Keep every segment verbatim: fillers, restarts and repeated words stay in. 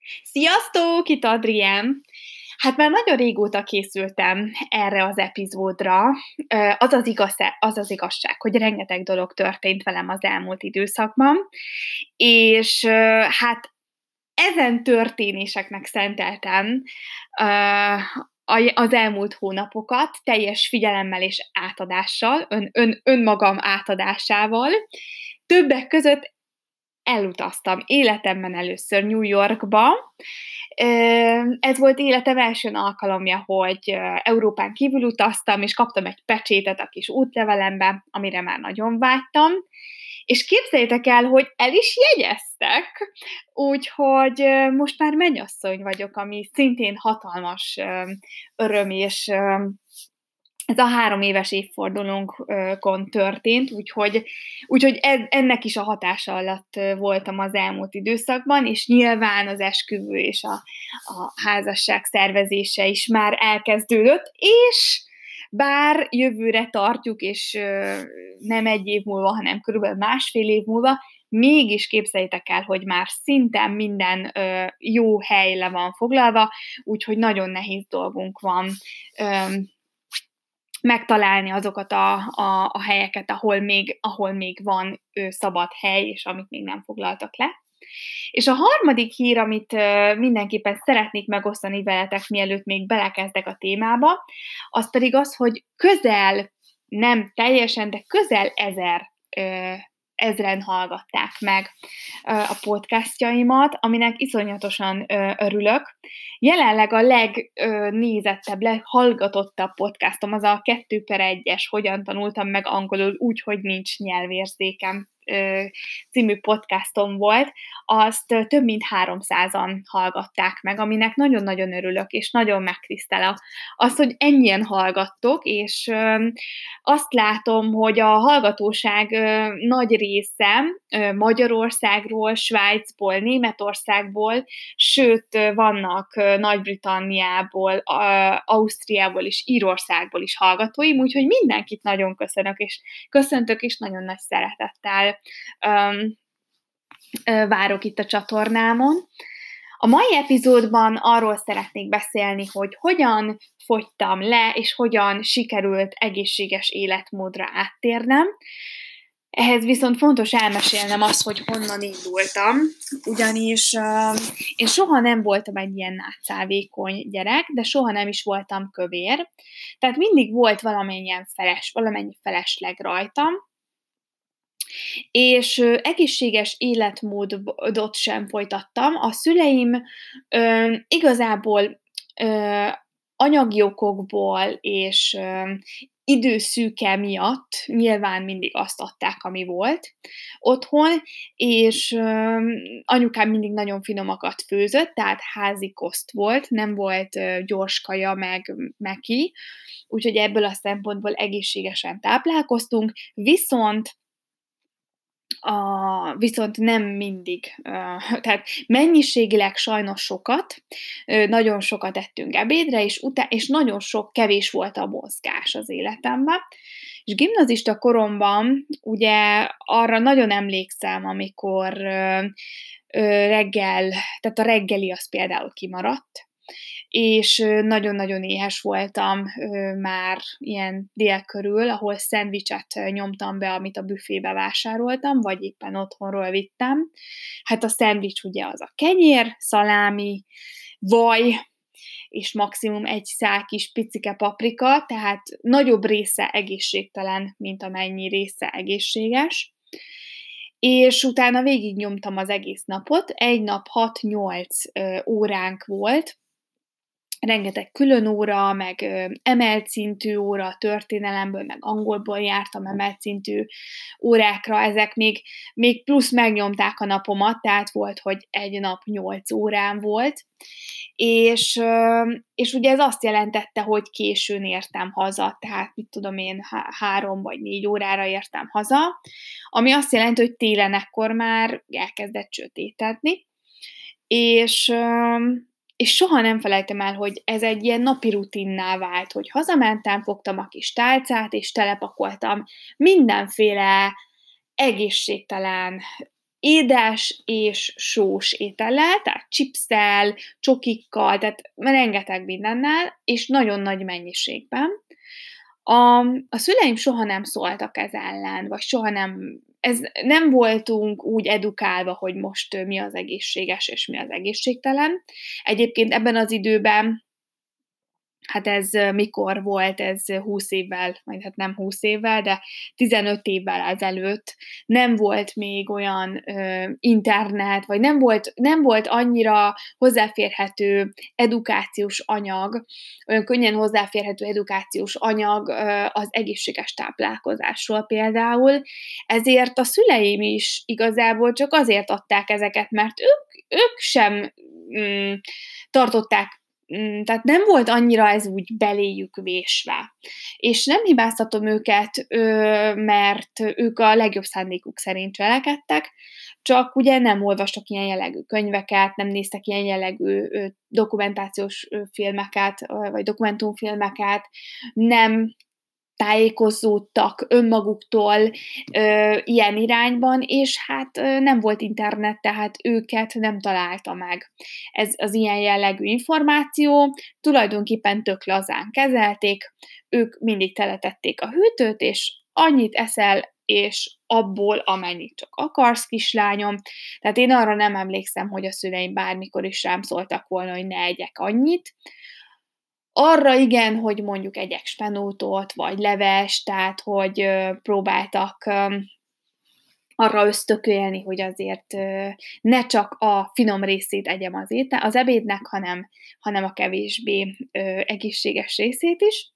Sziasztok, itt Adrien! Hát már nagyon régóta készültem erre az epizódra. Az az, igaz, az az igazság, hogy rengeteg dolog történt velem az elmúlt időszakban, és hát ezen történéseknek szenteltem az elmúlt hónapokat, teljes figyelemmel és átadással, ön, ön, önmagam átadásával. Többek között elutaztam életemben először New Yorkba. Ez volt életem első alkalomja, hogy Európán kívül utaztam, és kaptam egy pecsétet a kis útlevelembe, amire már nagyon vágytam. És képzeljétek el, hogy el is jegyeztek, úgyhogy most már mennyasszony vagyok, ami szintén hatalmas öröm, és ez a három éves évfordulónkon történt, úgyhogy, úgyhogy ennek is a hatása alatt voltam az elmúlt időszakban, és nyilván az esküvő és a, a házasság szervezése is már elkezdődött, és bár jövőre tartjuk, és nem egy év múlva, hanem körülbelül másfél év múlva, mégis képzeljétek el, hogy már szinte minden ö, jó hely le van foglalva, úgyhogy nagyon nehéz dolgunk van ö, megtalálni azokat a, a, a helyeket, ahol még, ahol még van ö, szabad hely, és amit még nem foglaltak le. És a harmadik hír, amit ö, mindenképpen szeretnék megosztani veletek, mielőtt még belekezdek a témába, az pedig az, hogy közel, nem teljesen, de közel ezer ö, ezren hallgatták meg a podcastjaimat, aminek iszonyatosan örülök. Jelenleg a legnézettebb, leghallgatottabb podcastom az a kettő per egyes Hogyan tanultam meg angolul úgy, hogy nincs nyelvérzékem című podcastom volt, azt több mint háromszázan hallgatták meg, aminek nagyon-nagyon örülök, és nagyon megtisztel az, hogy ennyien hallgattok, és azt látom, hogy a hallgatóság nagy része Magyarországról, Svájcból, Németországból, sőt, vannak Nagy-Britanniából, Ausztriából és Írországból is hallgatóim, úgyhogy mindenkit nagyon köszönök, és köszöntök, és nagyon nagy szeretettel Um, várok itt a csatornámon. A mai epizódban arról szeretnék beszélni, hogy hogyan fogytam le, és hogyan sikerült egészséges életmódra áttérnem. Ehhez viszont fontos elmesélnem azt, hogy honnan indultam, ugyanis uh, én soha nem voltam egy ilyen nátszálvékony gyerek, de soha nem is voltam kövér. Tehát mindig volt valamennyien feles, valamennyi felesleg rajtam, és ö, egészséges életmódot sem folytattam. A szüleim ö, igazából ö, anyagi okokból és ö, időszűke miatt nyilván mindig azt adták, ami volt otthon, és ö, anyukám mindig nagyon finomakat főzött, tehát házi koszt volt, nem volt ö, gyors kaja meg meki, úgyhogy ebből a szempontból egészségesen táplálkoztunk, viszont A, viszont nem mindig, uh, tehát mennyiségileg sajnos sokat, uh, nagyon sokat ettünk ebédre, és, utá- és nagyon sok, kevés volt a mozgás az életemben. És gimnazista koromban ugye arra nagyon emlékszem, amikor uh, uh, reggel, tehát a reggeli az például kimaradt, és nagyon-nagyon éhes voltam már ilyen dél körül, ahol szendvicset nyomtam be, amit a büfébe vásároltam, vagy éppen otthonról vittem. Hát a szendvics ugye az a kenyér, szalámi, vaj, és maximum egy szál kis picike paprika, tehát nagyobb része egészségtelen, mint amennyi része egészséges. És utána végignyomtam az egész napot, egy nap hat-nyolc óránk volt, rengeteg külön óra, meg ö, emelt szintű óra, történelemből, meg angolból jártam emelt szintű órákra, ezek még, még plusz megnyomták a napomat, tehát volt, hogy egy nap nyolc órán volt, és, ö, és ugye ez azt jelentette, hogy későn értem haza, tehát mit tudom én, há- három vagy négy órára értem haza, ami azt jelenti, hogy télen ekkor már elkezdett sötétedni, és... Ö, és soha nem felejtem el, hogy ez egy ilyen napi rutinná vált, hogy hazamentem, fogtam a kis tálcát, és telepakoltam mindenféle egészségtelen édes és sós étellel, tehát chipsszel, csokikkal, tehát rengeteg mindennel, és nagyon nagy mennyiségben. A a szüleim soha nem szóltak ez ellen, vagy soha nem ez nem voltunk úgy edukálva, hogy most mi az egészséges és mi az egészségtelen. Egyébként ebben az időben, hát ez mikor volt, ez húsz évvel, vagy hát nem húsz évvel, de tizenöt évvel ezelőtt nem volt még olyan ö, internet, vagy nem volt, nem volt annyira hozzáférhető edukációs anyag, olyan könnyen hozzáférhető edukációs anyag ö, az egészséges táplálkozásról például. Ezért a szüleim is igazából csak azért adták ezeket, mert ők, ők sem mm, tartották. Mm, tehát nem volt annyira ez úgy beléjük vésve. És nem hibáztatom őket, ö, mert ők a legjobb szándékuk szerint cselekedtek, csak ugye nem olvastak ilyen jellegű könyveket, nem néztek ilyen jellegű ö, dokumentációs ö, filmeket, ö, vagy dokumentumfilmeket, nem tájékozódtak önmaguktól ö, ilyen irányban, és hát ö, nem volt internet, tehát őket nem találta meg ez az ilyen jellegű információ, tulajdonképpen tök lazán kezelték, ők mindig teletették a hűtőt, és annyit eszel, és abból, amennyit csak akarsz, kislányom. Tehát én arra nem emlékszem, hogy a szüleim bármikor is rám szóltak volna, hogy ne egyek annyit. Arra igen, hogy mondjuk egyek spenótot, vagy levest, tehát hogy ö, próbáltak ö, arra ösztökélni, hogy azért ö, ne csak a finom részét egyem az, éte, az ebédnek, hanem, hanem a kevésbé ö, egészséges részét is.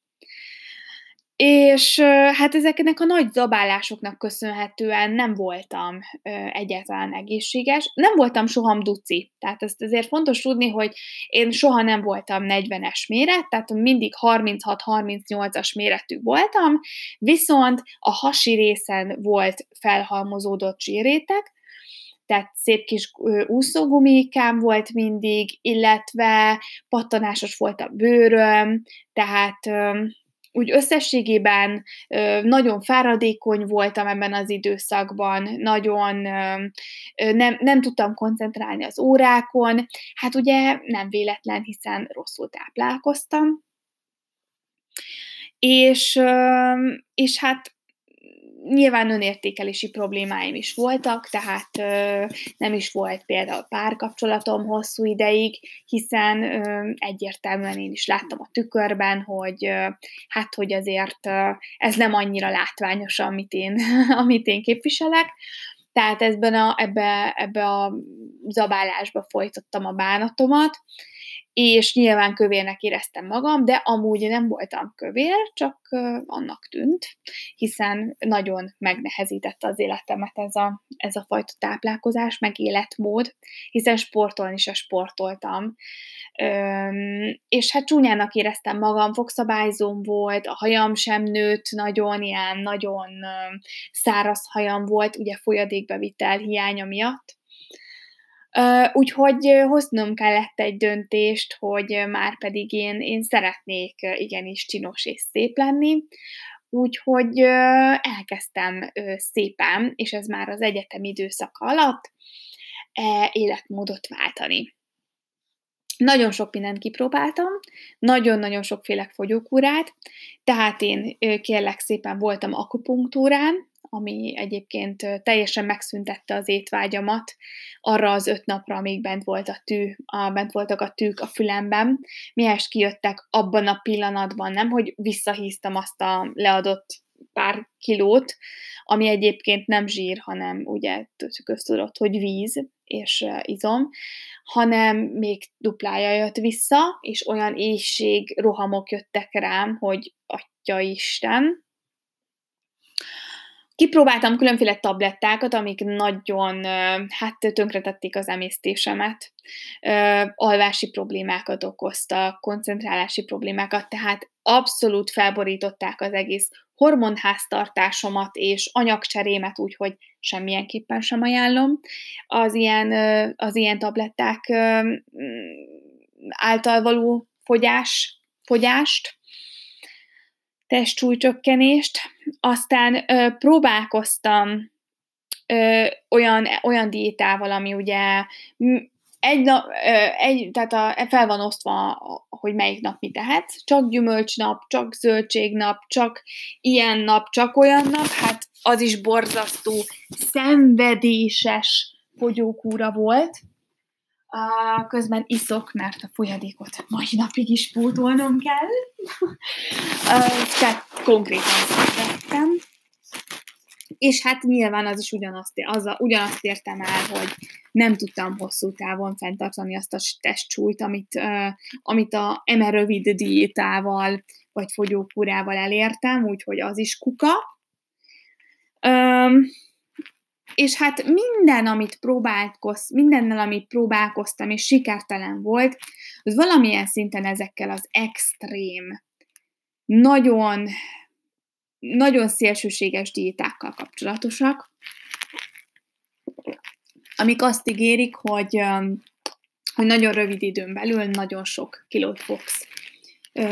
És ö, hát ezeknek a nagy zabálásoknak köszönhetően nem voltam ö, egyáltalán egészséges. Nem voltam soha duci, tehát ezt azért fontos tudni, hogy én soha nem voltam negyvenes méret, tehát mindig harminchat-harmincnyolcas méretű voltam, viszont a hasi részen volt felhalmozódott zsírréteg, tehát szép kis ö, úszógumikám volt mindig, illetve pattanásos volt a bőröm, tehát ö, úgy összességében ö, nagyon fáradékony voltam ebben az időszakban, nagyon ö, ö, nem, nem tudtam koncentrálni az órákon, hát ugye nem véletlen, hiszen rosszul táplálkoztam, és, ö, és hát nyilván önértékelési problémáim is voltak, tehát ö, nem is volt például párkapcsolatom hosszú ideig, hiszen ö, egyértelműen én is láttam a tükörben, hogy ö, hát, hogy azért ö, ez nem annyira látványos, amit én, amit én képviselek. Tehát ebben a, ebbe, ebbe a zabálásba folytattam a bánatomat, és nyilván kövérnek éreztem magam, de amúgy nem voltam kövér, csak uh, annak tűnt, hiszen nagyon megnehezítette az életemet ez a, ez a fajta táplálkozás, meg életmód, hiszen sportolni se sportoltam. Üm, és hát csúnyának éreztem magam, fogszabályzóm volt, a hajam sem nőtt, nagyon ilyen, nagyon um, száraz hajam volt, ugye folyadékbevitel hiánya miatt. Uh, úgyhogy hoznom kellett egy döntést, hogy már pedig én, én szeretnék igenis csinos és szép lenni, úgyhogy uh, elkezdtem uh, szépen, és ez már az egyetem időszaka alatt, uh, életmódot váltani. Nagyon sok mindent kipróbáltam, nagyon-nagyon sokféle fogyókúrát, tehát én uh, kérlek szépen voltam akupunktúrán, ami egyébként teljesen megszüntette az étvágyamat arra az öt napra, amíg bent volt a tű, a, bent voltak a tűk a fülemben, mihez kijöttek abban a pillanatban, nem, hogy visszahíztam azt a leadott pár kilót, ami egyébként nem zsír, hanem ugye köztudott, hogy víz és izom, hanem még duplája jött vissza, és olyan éhség, rohamok jöttek rám, hogy Atyaisten. Kipróbáltam különféle tablettákat, amik nagyon, hát tönkretették az emésztésemet, alvási problémákat okoztak, koncentrálási problémákat, tehát abszolút felborították az egész hormonháztartásomat és anyagcserémet, úgyhogy semmilyenképpen sem ajánlom az ilyen, az ilyen tabletták által való fogyás, fogyást, testsúlycsökkenést. Aztán ö, próbálkoztam ö, olyan, olyan diétával, ami ugye egy nap, egy, tehát a, fel van osztva, hogy melyik nap mit tehetsz, csak gyümölcsnap, csak zöldségnap, csak ilyen nap, csak olyan nap, hát az is borzasztó, szenvedéses fogyókúra volt. Uh, közben iszok, mert a folyadékot mai napig is pótolnom kell. uh, tehát konkrétan szenvedtem. És hát nyilván az is ugyanazt, az a, ugyanazt értem el, hogy nem tudtam hosszú távon fenntartani azt a testsúlyt, amit, uh, amit a eme rövid diétával, vagy fogyókúrával elértem, úgyhogy az is kuka. Um, és hát minden, amit próbálkoz, mindennel, amit próbálkoztam, és sikertelen volt, az valamilyen szinten ezekkel az extrém, nagyon, nagyon szélsőséges diétákkal kapcsolatosak, amik azt ígérik, hogy, hogy nagyon rövid időn belül nagyon sok kilót fogsz ö,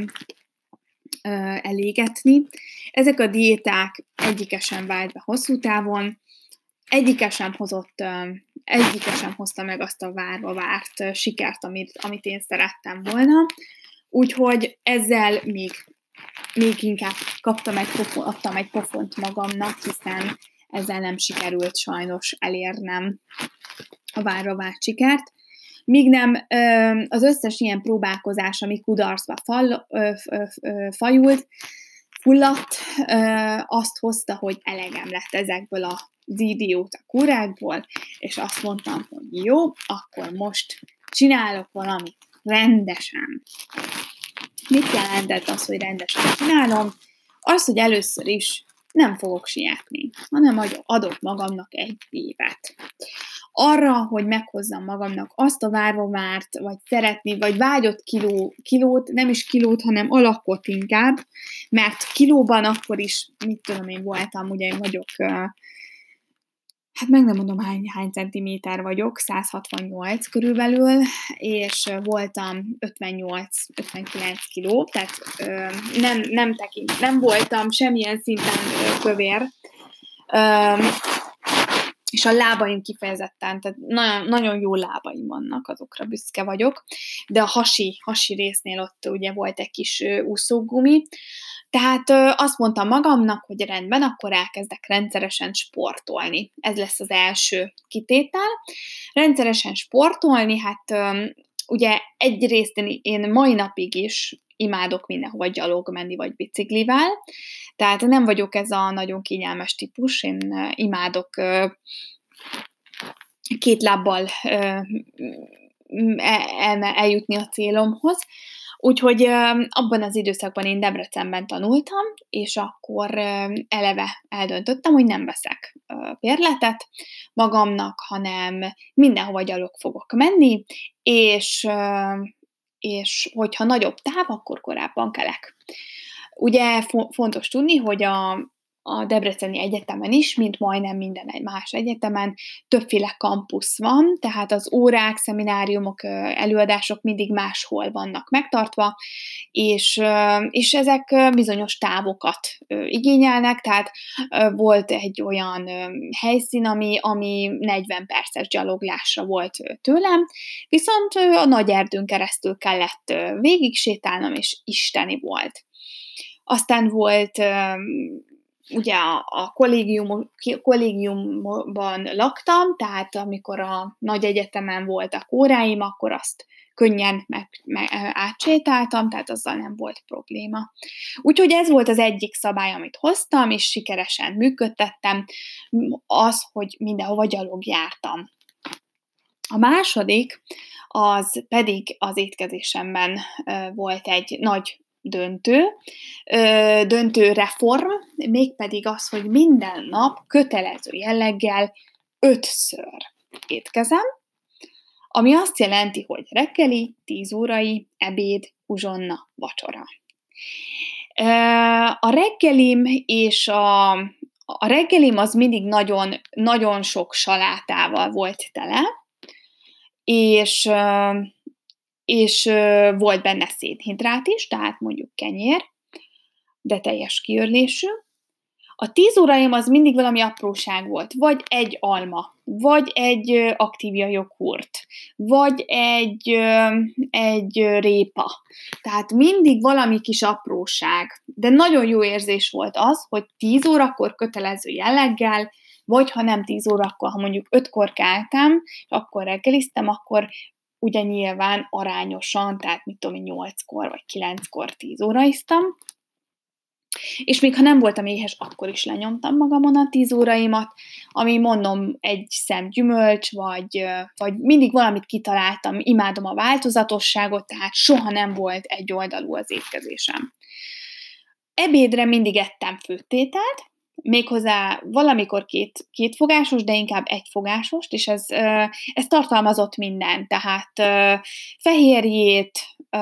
ö, elégetni. Ezek a diéták egyike sem vált be hosszú távon, egyike sem hozott, egyike sem hozta meg azt a várva várt sikert, amit, amit én szerettem volna. Úgyhogy ezzel még, még inkább kaptam egy pofon, adtam egy pofont magamnak, hiszen ezzel nem sikerült sajnos elérnem a várva várt sikert. Míg nem az összes ilyen próbálkozás, ami kudarcba fall, ö, ö, ö, fajult, fulladt, azt hozta, hogy elegem lett ezekből a idióta kurákból, és azt mondtam, hogy jó, akkor most csinálok valamit rendesen. Mit jelentett az, hogy rendesen csinálom? Az, hogy először is nem fogok sietni, hanem adok magamnak egy évet. Arra, hogy meghozzam magamnak azt a várva várt, vagy szeretni, vagy vágyott kiló, kilót, nem is kilót, hanem alakot inkább, mert kilóban akkor is, mit tudom én, voltam, ugye én vagyok, hát meg nem mondom hány, hány centiméter vagyok, száz hatvannyolc körülbelül, és voltam ötvennyolc-ötvenkilenc kiló, tehát ö, nem, nem, tekint, nem voltam semmilyen szinten ö, kövér, ö, és a lábaim kifejezetten, tehát nagyon, nagyon jó lábaim vannak, azokra büszke vagyok, de a hasi, hasi résznél ott ugye volt egy kis úszógumi, tehát ö, azt mondtam magamnak, hogy rendben, akkor elkezdek rendszeresen sportolni. Ez lesz az első kitétel. Rendszeresen sportolni, hát ö, ugye egyrészt én, én mai napig is imádok mindenhova gyalog menni, vagy biciklivel, tehát nem vagyok ez a nagyon kényelmes típus, én imádok ö, két lábbal ö, el, eljutni a célomhoz. Úgyhogy abban az időszakban én Debrecenben tanultam, és akkor eleve eldöntöttem, hogy nem veszek bérletet magamnak, hanem mindenhova gyalog fogok menni, és, és hogyha nagyobb táv, akkor korábban kelek. Ugye fontos tudni, hogy a a Debreceni Egyetemen is, mint majdnem minden egy más egyetemen, többféle kampusz van, tehát az órák, szemináriumok, előadások mindig máshol vannak megtartva, és, és ezek bizonyos távokat igényelnek, tehát volt egy olyan helyszín, ami, ami negyven perces gyaloglásra volt tőlem, viszont a nagy erdőn keresztül kellett végig sétálnom, és isteni volt. Aztán volt ugye a, a kollégium, kollégiumban laktam, tehát amikor a nagy egyetemen voltak óráim, akkor azt könnyen meg, meg, átsétáltam, tehát azzal nem volt probléma. Úgyhogy ez volt az egyik szabály, amit hoztam, és sikeresen működtettem, az, hogy mindenhova gyalog jártam. A második, az pedig az étkezésemben volt egy nagy döntő, döntő reform, mégpedig az, hogy minden nap kötelező jelleggel ötször étkezem, ami azt jelenti, hogy reggeli, tíz órai, ebéd, uzsonna, vacsora. A reggelim és a, a reggelim az mindig nagyon, nagyon sok salátával volt tele, és és volt benne szénhidrát is, tehát mondjuk kenyér, de teljes kiörlésű. A tíz óraim az mindig valami apróság volt, vagy egy alma, vagy egy ö, Activia joghurt, vagy egy, ö, egy ö, répa. Tehát mindig valami kis apróság. De nagyon jó érzés volt az, hogy tíz órakor kötelező jelleggel, vagy ha nem tíz órakor, ha mondjuk ötkor keltem, és akkor reggeliztem, akkor ugye nyilván arányosan, tehát mit tudom én, nyolckor vagy kilenckor tíz óraiztam, és még ha nem voltam éhes, akkor is lenyomtam magamon a tíz óraimat, ami mondom egy szem gyümölcs, vagy, vagy mindig valamit kitaláltam, imádom a változatosságot, tehát soha nem volt egyoldalú az étkezésem. Ebédre mindig ettem főttételt, méghozzá valamikor két, kétfogásos, de inkább egyfogásost, és ez, ez tartalmazott mindent, tehát fehérjét,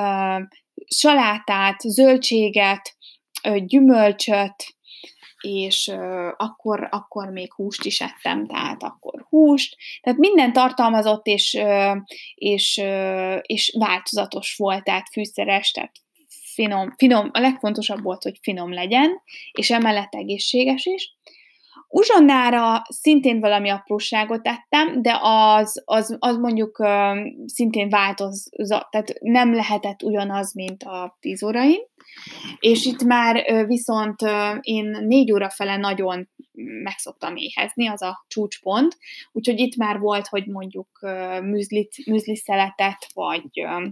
salátát, zöldséget, gyümölcsöt, és akkor, akkor még húst is ettem, tehát akkor húst, tehát minden tartalmazott, és, és, és változatos volt, tehát fűszeres, tehát finom, finom, a legfontosabb volt, hogy finom legyen, és emellett egészséges is. Uzsonnára szintén valami apróságot ettem, de az, az, az mondjuk uh, szintén változott, tehát nem lehetett ugyanaz, mint a tíz óraim. És itt már uh, viszont uh, én négy óra fele nagyon meg szoktam éhezni, az a csúcspont, úgyhogy itt már volt, hogy mondjuk uh, műzlit, műzliszeletet, vagy uh,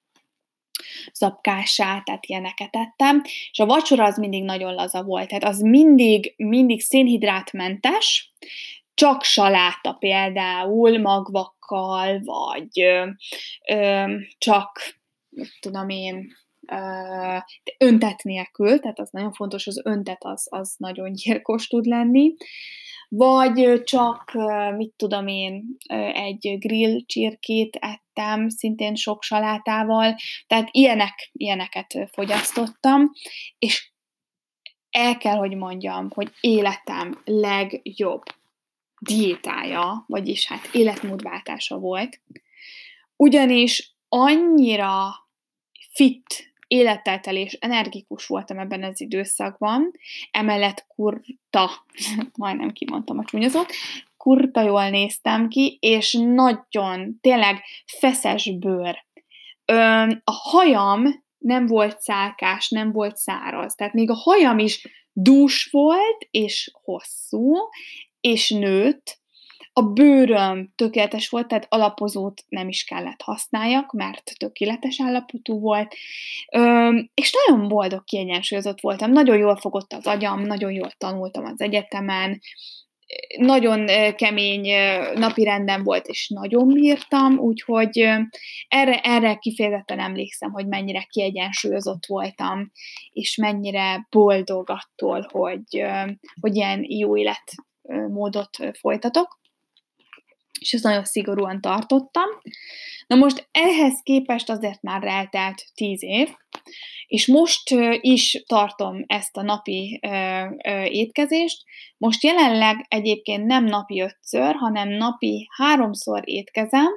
zapkását, tehát ilyeneket ettem, és a vacsora az mindig nagyon laza volt, tehát az mindig, mindig szénhidrátmentes, csak saláta például magvakkal, vagy ö, ö, csak, tudom én, ö, öntet nélkül, tehát az nagyon fontos, az öntet az, az nagyon gyilkos tud lenni, vagy csak, mit tudom én, egy grill csirkét ettem, szintén sok salátával, tehát ilyenek, ilyeneket fogyasztottam, és el kell, hogy mondjam, hogy életem legjobb diétája, vagyis hát életmódváltása volt, ugyanis annyira fit, életteltelés, energikus voltam ebben az időszakban, emellett kurta, majdnem kimondtam a csúnyazót, kurta jól néztem ki, és nagyon, tényleg feszes bőr. Ön, a hajam nem volt szálkás, nem volt száraz, tehát még a hajam is dús volt, és hosszú, és nőtt, a bőröm tökéletes volt, tehát alapozót nem is kellett használjak, mert tökéletes állapotú volt, Üm, és nagyon boldog, kiegyensúlyozott voltam, nagyon jól fogott az agyam, nagyon jól tanultam az egyetemen, nagyon kemény napirendem volt, és nagyon bírtam, úgyhogy erre, erre kifejezetten emlékszem, hogy mennyire kiegyensúlyozott voltam, és mennyire boldog attól, hogy, hogy ilyen jó életmódot folytatok, és ezt nagyon szigorúan tartottam. Na most ehhez képest azért már eltelt tíz év, és most is tartom ezt a napi ö, ö, étkezést. Most jelenleg egyébként nem napi ötször, hanem napi háromszor étkezem,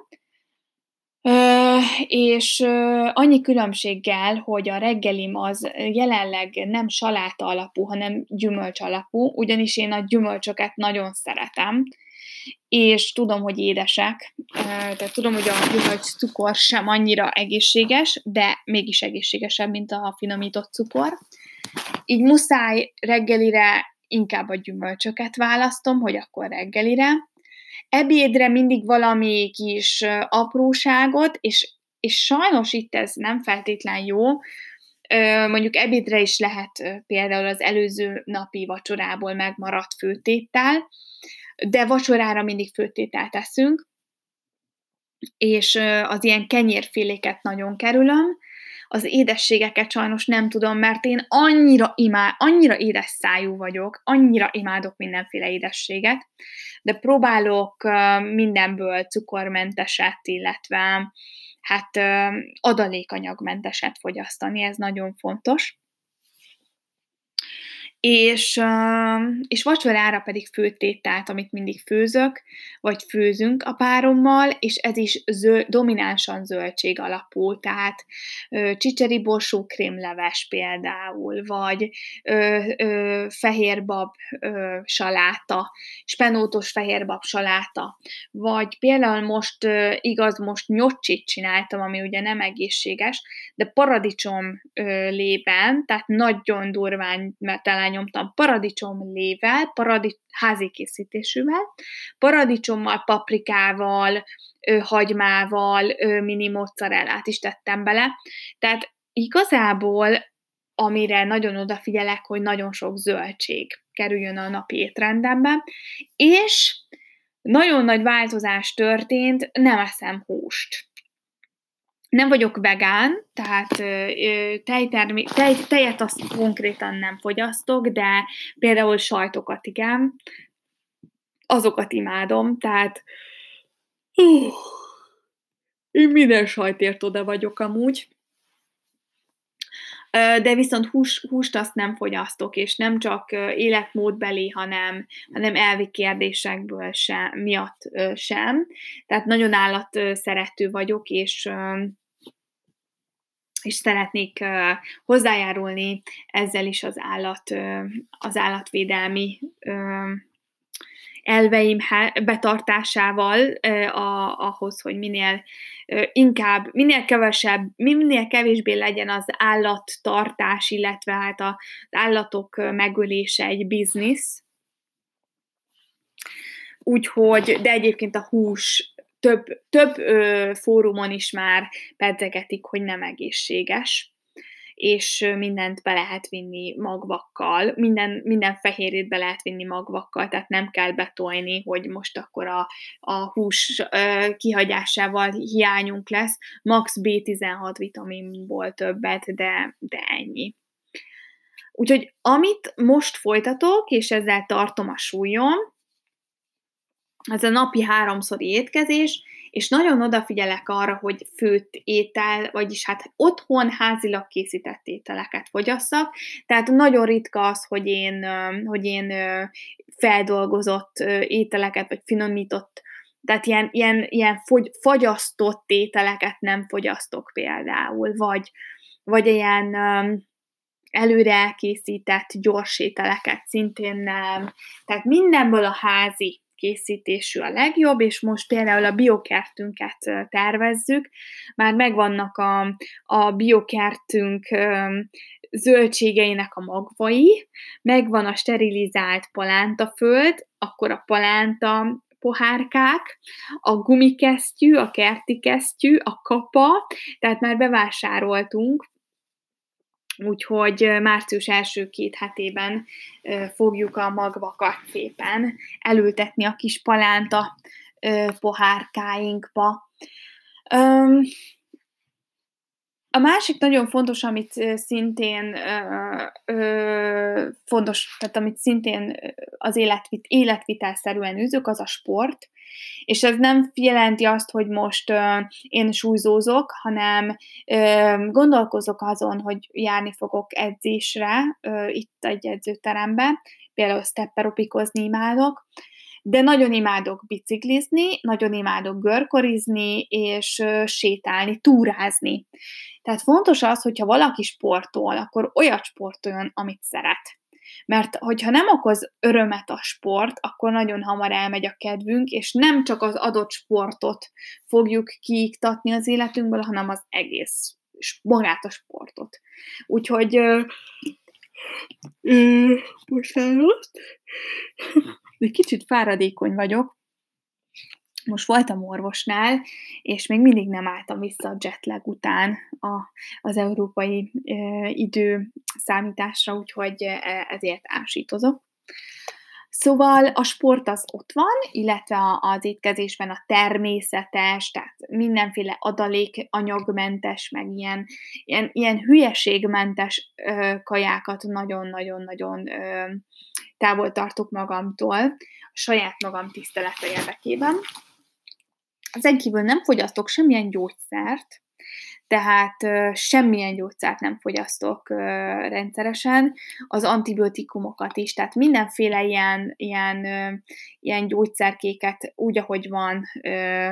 ö, és ö, annyi különbséggel, hogy a reggelim az jelenleg nem saláta alapú, hanem gyümölcs alapú, ugyanis én a gyümölcsöket nagyon szeretem, és tudom, hogy édesek, tehát tudom, hogy a gyümölcs cukor sem annyira egészséges, de mégis egészségesebb, mint a finomított cukor. Így muszáj reggelire inkább a gyümölcsöket választom, hogy akkor reggelire. Ebédre mindig valami kis apróságot, és, és sajnos itt ez nem feltétlen jó, mondjuk ebédre is lehet például az előző napi vacsorából megmaradt főtéttel, de vacsorára mindig főtételt teszünk, és az ilyen kenyérféléket nagyon kerülöm, az édességeket sajnos nem tudom, mert én annyira imád, annyira édes szájú vagyok, annyira imádok mindenféle édességet, de próbálok mindenből cukormenteset, illetve hát adalékanyagmenteset fogyasztani, ez nagyon fontos. És, ö, és vacsorára pedig főtételt, amit mindig főzök, vagy főzünk a párommal, és ez is zöld, dominánsan zöldség alapú, tehát ö, csicseri borsó krémleves például, vagy ö, ö, fehérbab ö, saláta, spenótos fehérbab saláta, vagy például most, ö, igaz, most nyocsit csináltam, ami ugye nem egészséges, de paradicsom ö, lében, tehát nagyon durván, mert elnyomtam paradicsom lével, paradic- házi készítésűvel, paradicsommal, paprikával, ö, hagymával, ö, mini mozzarellát is tettem bele. Tehát igazából, amire nagyon odafigyelek, hogy nagyon sok zöldség kerüljön a napi étrendembe, és nagyon nagy változás történt, nem eszem húst. Nem vagyok vegán, tehát ö, tejtermé- tej, tejet azt konkrétan nem fogyasztok, de például sajtokat igen, azokat imádom, tehát hú, én minden sajtért oda vagyok amúgy. De viszont hús, húst azt nem fogyasztok, és nem csak életmódbeli, hanem, hanem elvi kérdésekből sem, miatt sem. Tehát nagyon állatszerető vagyok, és és szeretnék uh, hozzájárulni ezzel is az, állat, uh, az állatvédelmi uh, elveim betartásával uh, a, ahhoz, hogy minél uh, inkább, minél kevesebb, minél kevésbé legyen az állattartás, illetve hát az állatok megölése egy biznisz. Úgyhogy, de egyébként a hús több, több ö, fórumon is már pedzegetik, hogy nem egészséges, és mindent be lehet vinni magvakkal, minden, minden fehérjét be lehet vinni magvakkal, tehát nem kell betolni, hogy most akkor a, a hús ö, kihagyásával hiányunk lesz, max bé tizenhat vitaminból többet, de, de ennyi. Úgyhogy amit most folytatok, és ezzel tartom a súlyom, ez a napi háromszori étkezés, és nagyon odafigyelek arra, hogy főtt étel, vagyis hát otthon házilag készített ételeket fogyasszak, tehát nagyon ritka az, hogy én, hogy én feldolgozott ételeket, vagy finomított, tehát ilyen, ilyen, ilyen fogy, fagyasztott ételeket nem fogyasztok például, vagy, vagy ilyen előre elkészített gyors ételeket szintén nem, tehát mindenből a házi készítésű a legjobb, és most például a biokertünket tervezzük, már megvannak a, a biokertünk zöldségeinek a magvai, megvan a sterilizált palántaföld, akkor a palánta pohárkák, a gumikesztyű, a kerti kesztyű, a kapa, tehát már bevásároltunk, úgyhogy március első két hetében fogjuk a magvakat szépen elültetni a kis palánta pohárkáinkba. A másik nagyon fontos, amit szintén fontos, tehát amit szintén az életvit, életvitelszerűen űzök, az a sport. És ez nem jelenti azt, hogy most uh, én súlyzózok, hanem uh, gondolkozok azon, hogy járni fogok edzésre uh, itt egy edzőterembe, például stepperopikozni imádok, de nagyon imádok biciklizni, nagyon imádok görkorizni, és uh, sétálni, túrázni. Tehát fontos az, hogyha valaki sportol, akkor olyat sportoljon, amit szeret. Mert hogyha nem okoz örömet a sport, akkor nagyon hamar elmegy a kedvünk, és nem csak az adott sportot fogjuk kiiktatni az életünkből, hanem az egész, magát a sportot. Úgyhogy ö, ö, bocsánat, egy kicsit fáradékony vagyok. Most voltam orvosnál, és még mindig nem álltam vissza a jetlag után a, az európai e, idő számításra, úgyhogy ezért ásítozok. Szóval a sport az ott van, illetve az étkezésben a természetes, tehát mindenféle adalékanyagmentes, meg ilyen, ilyen, ilyen hülyeségmentes ö, kajákat nagyon-nagyon-nagyon ö, távol tartok magamtól, a saját magam tisztelete érdekében. Ezen kívül nem fogyasztok semmilyen gyógyszert, Tehát ö, semmilyen gyógyszert nem fogyasztok ö, rendszeresen, az antibiotikumokat is, tehát mindenféle ilyen, ilyen, ö, ilyen gyógyszerkéket úgy, ahogy van, ö,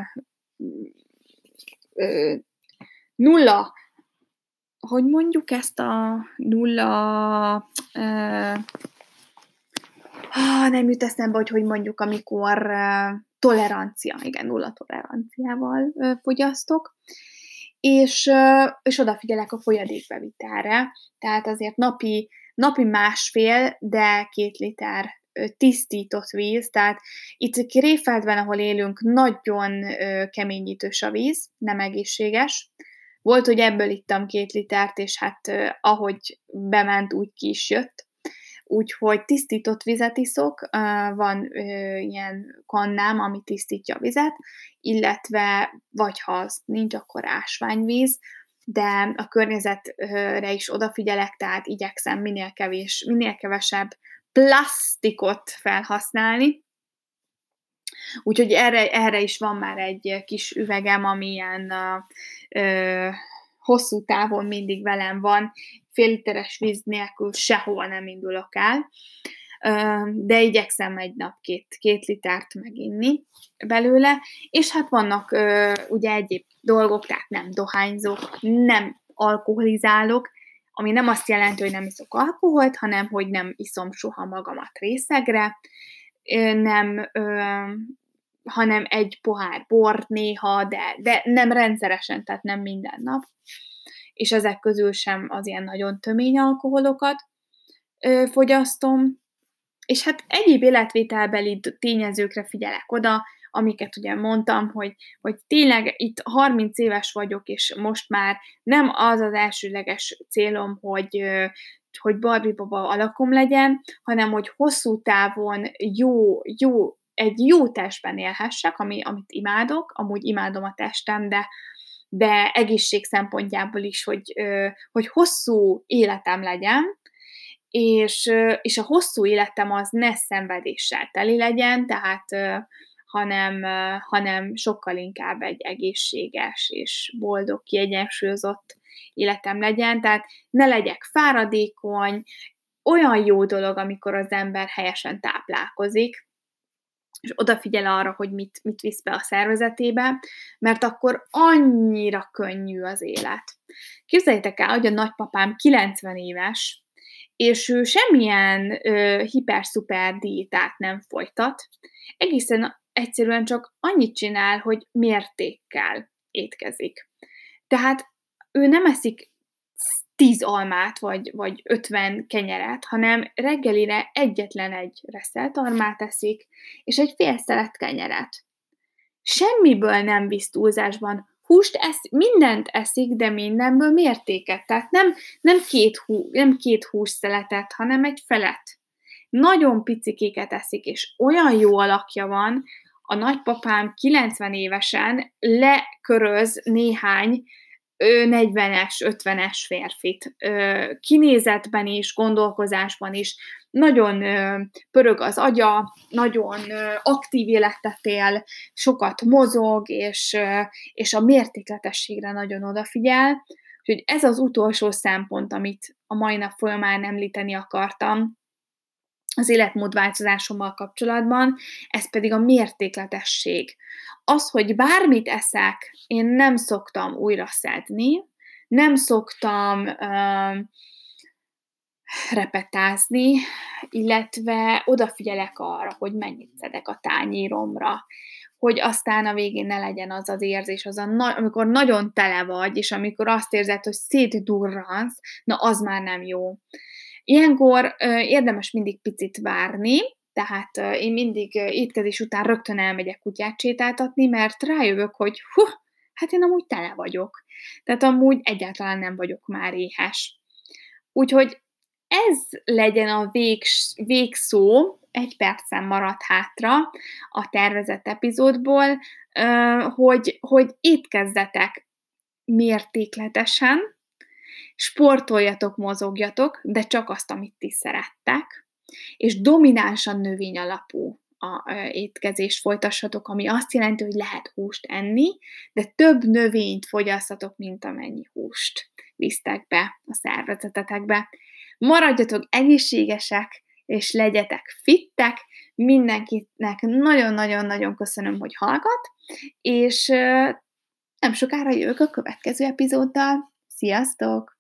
ö, nulla, hogy mondjuk ezt a nulla, ö, ah, nem jut eszembe, hogy hogy mondjuk, amikor ö, tolerancia, igen, nulla toleranciával ö, fogyasztok, és, ö, és odafigyelek a folyadékbevitelre, tehát azért napi, napi másfél, de két liter ö, tisztított víz, tehát itt Krefeld-ben, ahol élünk, nagyon ö, keményítős a víz, nem egészséges. Volt, hogy ebből ittam két litert, és hát ö, ahogy bement, úgy ki is jött. Úgyhogy tisztított vizet iszok, van ilyen kannám, ami tisztítja a vizet, illetve vagy ha az nincs, akkor ásványvíz, de a környezetre is odafigyelek, tehát igyekszem minél kevés, minél kevesebb plasztikot felhasználni. Úgyhogy erre, erre is van már egy kis üvegem, ami ilyen ö, hosszú távon mindig velem van, fél literes víz nélkül sehova nem indulok el, de igyekszem egy nap két, két litert meginni belőle, és hát vannak ugye egyéb dolgok, tehát nem dohányzok, nem alkoholizálok, ami nem azt jelenti, hogy nem iszok alkoholt, hanem hogy nem iszom soha magamat részegre, nem, hanem egy pohár bort néha, de, de nem rendszeresen, tehát nem minden nap, és ezek közül sem az ilyen nagyon tömény alkoholokat ö, fogyasztom, és hát egyéb életvételbeli tényezőkre figyelek oda, amiket ugye mondtam, hogy, hogy tényleg itt harminc éves vagyok, és most már nem az az elsőleges célom, hogy, hogy Barbie baba alakom legyen, hanem hogy hosszú távon jó, jó, egy jó testben élhessek, ami, amit imádok, amúgy imádom a testem, de de egészség szempontjából is, hogy, hogy hosszú életem legyen, és, és a hosszú életem az ne szenvedéssel teli legyen, tehát hanem, hanem sokkal inkább egy egészséges és boldog, kiegyensúlyozott életem legyen, tehát ne legyek fáradékony, olyan jó dolog, amikor az ember helyesen táplálkozik, és odafigyel arra, hogy mit, mit visz be a szervezetébe, mert akkor annyira könnyű az élet. Képzeljétek el, hogy a nagypapám kilencven éves, és ő semmilyen ö, hiper-szuper diétát nem folytat, egészen egyszerűen csak annyit csinál, hogy mértékkel étkezik. Tehát ő nem eszik tíz almát, vagy, vagy ötven kenyeret, hanem reggelire egyetlen egy reszelt almát eszik, és egy fél szelet kenyeret. Semmiből nem visz túlzásban. Húst esz, mindent eszik, de mindenből mértéket. Tehát nem, nem, két, hú, nem két hússzeletet, hanem egy felet. Nagyon picikéket eszik, és olyan jó alakja van, a nagypapám kilencven évesen leköröz néhány negyvenes, ötvenes férfit. Kinézetben is, gondolkozásban is nagyon pörög az agya, nagyon aktív életet él, sokat mozog, és, és a mértékletességre nagyon odafigyel. Úgyhogy ez az utolsó szempont, amit a mai nap folyamán említeni akartam az életmódváltozásommal kapcsolatban, ez pedig a mértékletesség. Az, hogy bármit eszek, én nem szoktam újra szedni, nem szoktam uh, repetázni, illetve odafigyelek arra, hogy mennyit szedek a tányéromra, hogy aztán a végén ne legyen az az érzés, az a na- amikor nagyon tele vagy, és amikor azt érzed, hogy szétdurransz, na az már nem jó. Ilyenkor ö, érdemes mindig picit várni, tehát ö, én mindig ö, étkezés után rögtön elmegyek kutyát sétáltatni, mert rájövök, hogy hú, hát én amúgy tele vagyok. Tehát amúgy egyáltalán nem vagyok már éhes. Úgyhogy ez legyen a végs, végszó, egy percen maradt hátra a tervezett epizódból, ö, hogy, hogy étkezzetek mértékletesen, sportoljatok, mozogjatok, de csak azt, amit ti szerettek, és dominánsan növény alapú a ö, étkezést folytassatok, ami azt jelenti, hogy lehet húst enni, de több növényt fogyasztatok, mint amennyi húst visztek be a szervezetetekbe. Maradjatok egészségesek, és legyetek fittek. Mindenkinek nagyon-nagyon-nagyon köszönöm, hogy hallgat, és ö, nem sokára jövök a következő epizóddal. Sziasztok!